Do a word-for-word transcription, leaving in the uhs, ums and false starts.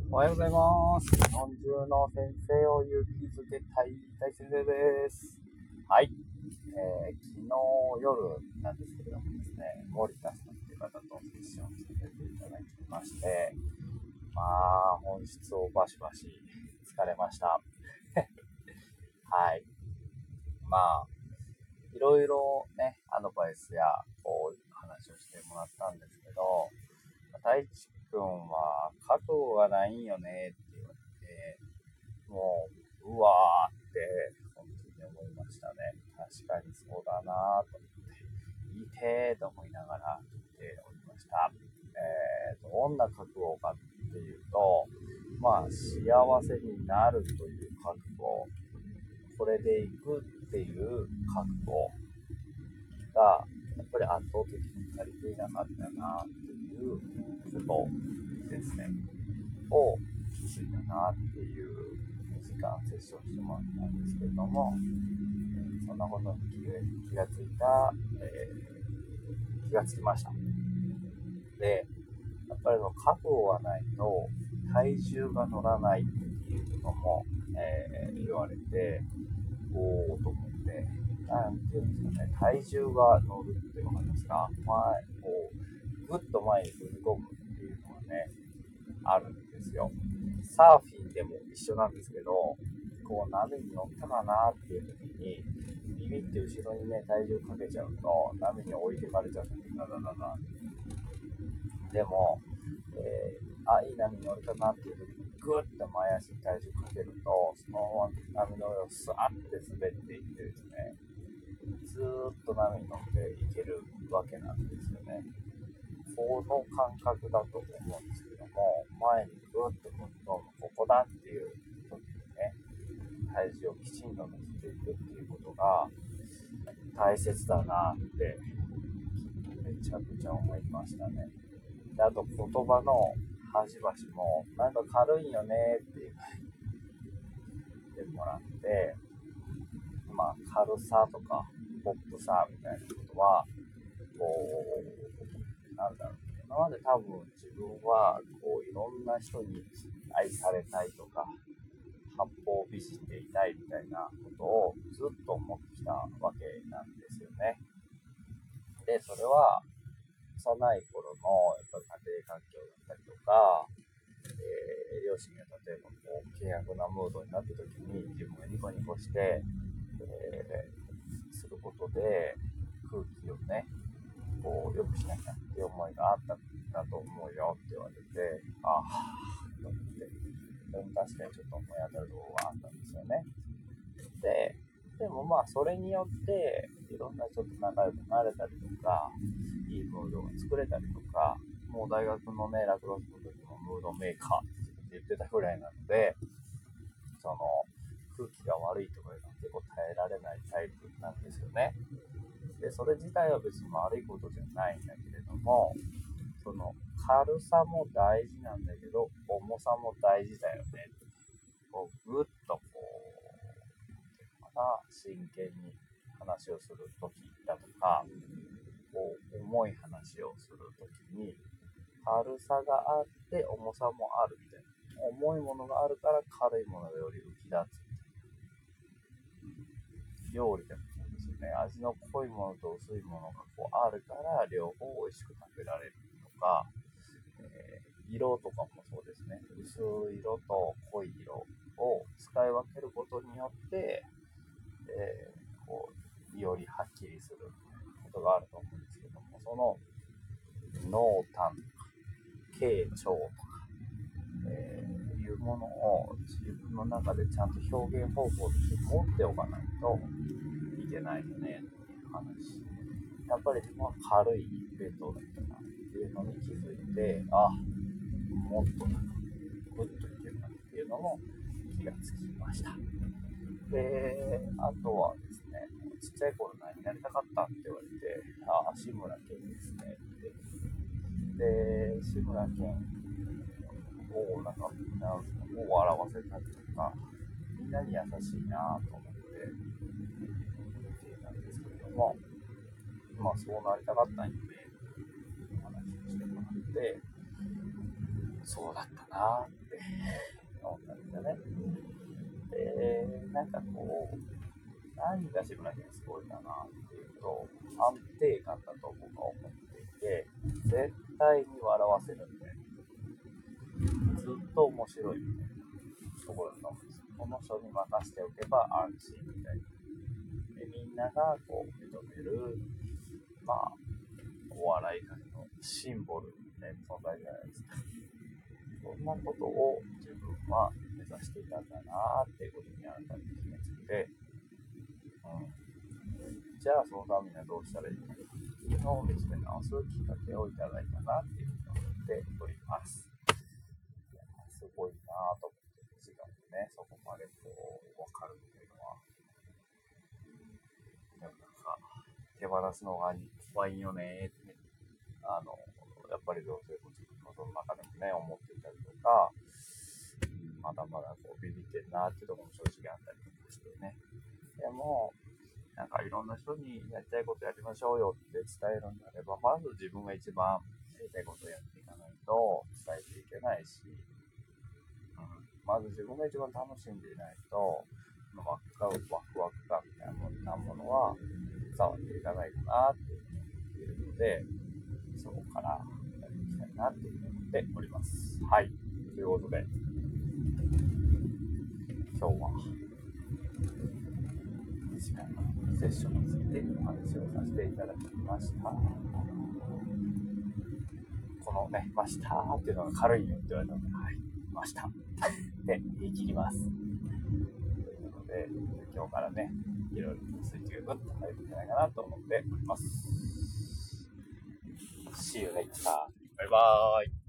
おはようございます。日本中の先生を勇気づけたい大先生です。はい、えー、昨日夜なんですけれどもですね、森田さんという方とセッションさせていただきまして、まあ本質をバシバシ疲れました。はい、まあいろいろねアドバイスやこういう話をしてもらったんですけど、太一くんは覚悟がないんよねって言われて、もう、うわーって本当に思いましたね。確かにそうだなと思って、いいてーと思いながら聞いておりました。えーと、どんな覚悟かっていうと、まあ、幸せになるという覚悟、これでいくっていう覚悟が、やっぱり圧倒的に足りていなかったなっていうことですね。を気づいたなっていうにじかんセッションしてもらったんですけれども、そんなことに気がついた、えー、気がつきました。で、やっぱりの覚悟がないと体重が乗らないっていうのも、えー、言われて、おーと思って、なんていうんですかね、体重が乗るってわかりますか？前、こう、ぐっと前に踏み込むっていうのはね、あるんですよ。サーフィンでも一緒なんですけど、こう波に乗ったかなっていう時に、ビビって後ろにね、体重かけちゃうと、波に置いてかれちゃうんですよ。ダダダダ。でも、えー、あ、いい波に乗れたなっていう時に、ぐっと前足に体重かけると、その波の上をスワッて滑っていってですね、ずーっと波に乗っていけるわけなんですよね。この感覚だと思うんですけども、前にぐーっと踏み込む、ここだっていう時にね、体重をきちんと乗せていくっていうことが大切だなってめちゃくちゃ思いましたね。で、あと言葉の端々もなんか軽いよねっていう言ってもらって、まあ軽さとかポップさみたいなことはこうなんだろう、今まで多分自分はこういろんな人に愛されたいとか八方美人でいたいみたいなことをずっと思ってきたわけなんですよね。で、それは幼い頃のやっぱり家庭環境だったりとか、えー、両親が例えばこう険悪なムードになった時に自分がニコニコして、えー、することで空気をねこう良くしなきゃっていう思いがあったんだと思うよって言われて、ああと思って、でも確かにちょっと思い当たるところがあったんですよね。で、でもまあそれによっていろんな人と仲良くなれたりとか、いいムードが作れたりとか、もう大学のね、ラクロスの時もムードメーカーって言ってたぐらいなので、その空気が悪いとかいうのは結構耐えられないタイプなんですよね。で、それ自体は別に悪いことじゃないんだけれども、その軽さも大事なんだけど、重さも大事だよね。こうぐっとこう、また真剣に話をするときだとか、こう重い話をするときに、軽さがあって重さもあるみたいな。重いものがあるから軽いものがより浮き立つ。料理でもそうですよね。味の濃いものと薄いものがこうあるから両方美味しく食べられるとか、えー、色とかもそうですね。薄い色と濃い色を使い分けることによって、えー、こうよりはっきりすることがあると思うんですけども、その濃淡とか傾聴とか、えー、いうものを自分の中でちゃんと表現方法として持っておかないといけないよねっていう話。やっぱりまあ軽い弁当だったなっていうのに気づいて、あ、もっとなんかグッといけるなっていうのも気がつきました。で、あとはですね、ちっちゃい頃何になりたかったって言われて、あ、志村けんですねって。で、志村けんをなんかみんなを笑わせたりとか、みんなに優しいなと思って見ていたんですけれども、まあそうなりたかったんよねっていう話をしてもらって、 そうだったなって思ったんですよね。で、なんかこう、何が志村けんすごいんだなっていうと、安定感だと僕は思っていて、絶対に笑わせるんで、ずっと面白いみたいなところだと思うんです。この人に任せておけば安心みたいな。で、みんながこう認める、まあ、お笑い界のシンボルみたいな存在じゃないですか。そんなことを自分は目指していたんだなっていうことに改めて気がついて、うん、じゃあそのためにはどうしたらいいかっていうのを見つめ直すきっかけをいただいたなっていうふうに思っております。いや、すごいなぁと思って、時間でね、そこまでこう分かるっていうのは、でもなんか手放すのが怖いよねって、あのやっぱり同性婚のその中でもね思っていたりとか、まだまだこうビビってるなっていうところも正直あったりとかしてね。でもなんかいろんな人にやりたいことやりましょうよって伝えるんであれば、まず自分が一番やりたいことをやっていかないと伝えていけないし、うん、まず自分が一番楽しんでいないと、ワクワクワク感みたいなものは伝わっていかないかなっていうので、そこからやっていきたいなっていうふうに思っております。はい。ということで、今日はにじかんのセッションについてお話をさせていただきました。このね、ましたーっていうのが軽いよって言われたので、はい、ましたで言い切ります。ということで、今日からね、いろいろスイッチがグッと入るんじゃないかなと思っております。See you later. バイバーイ。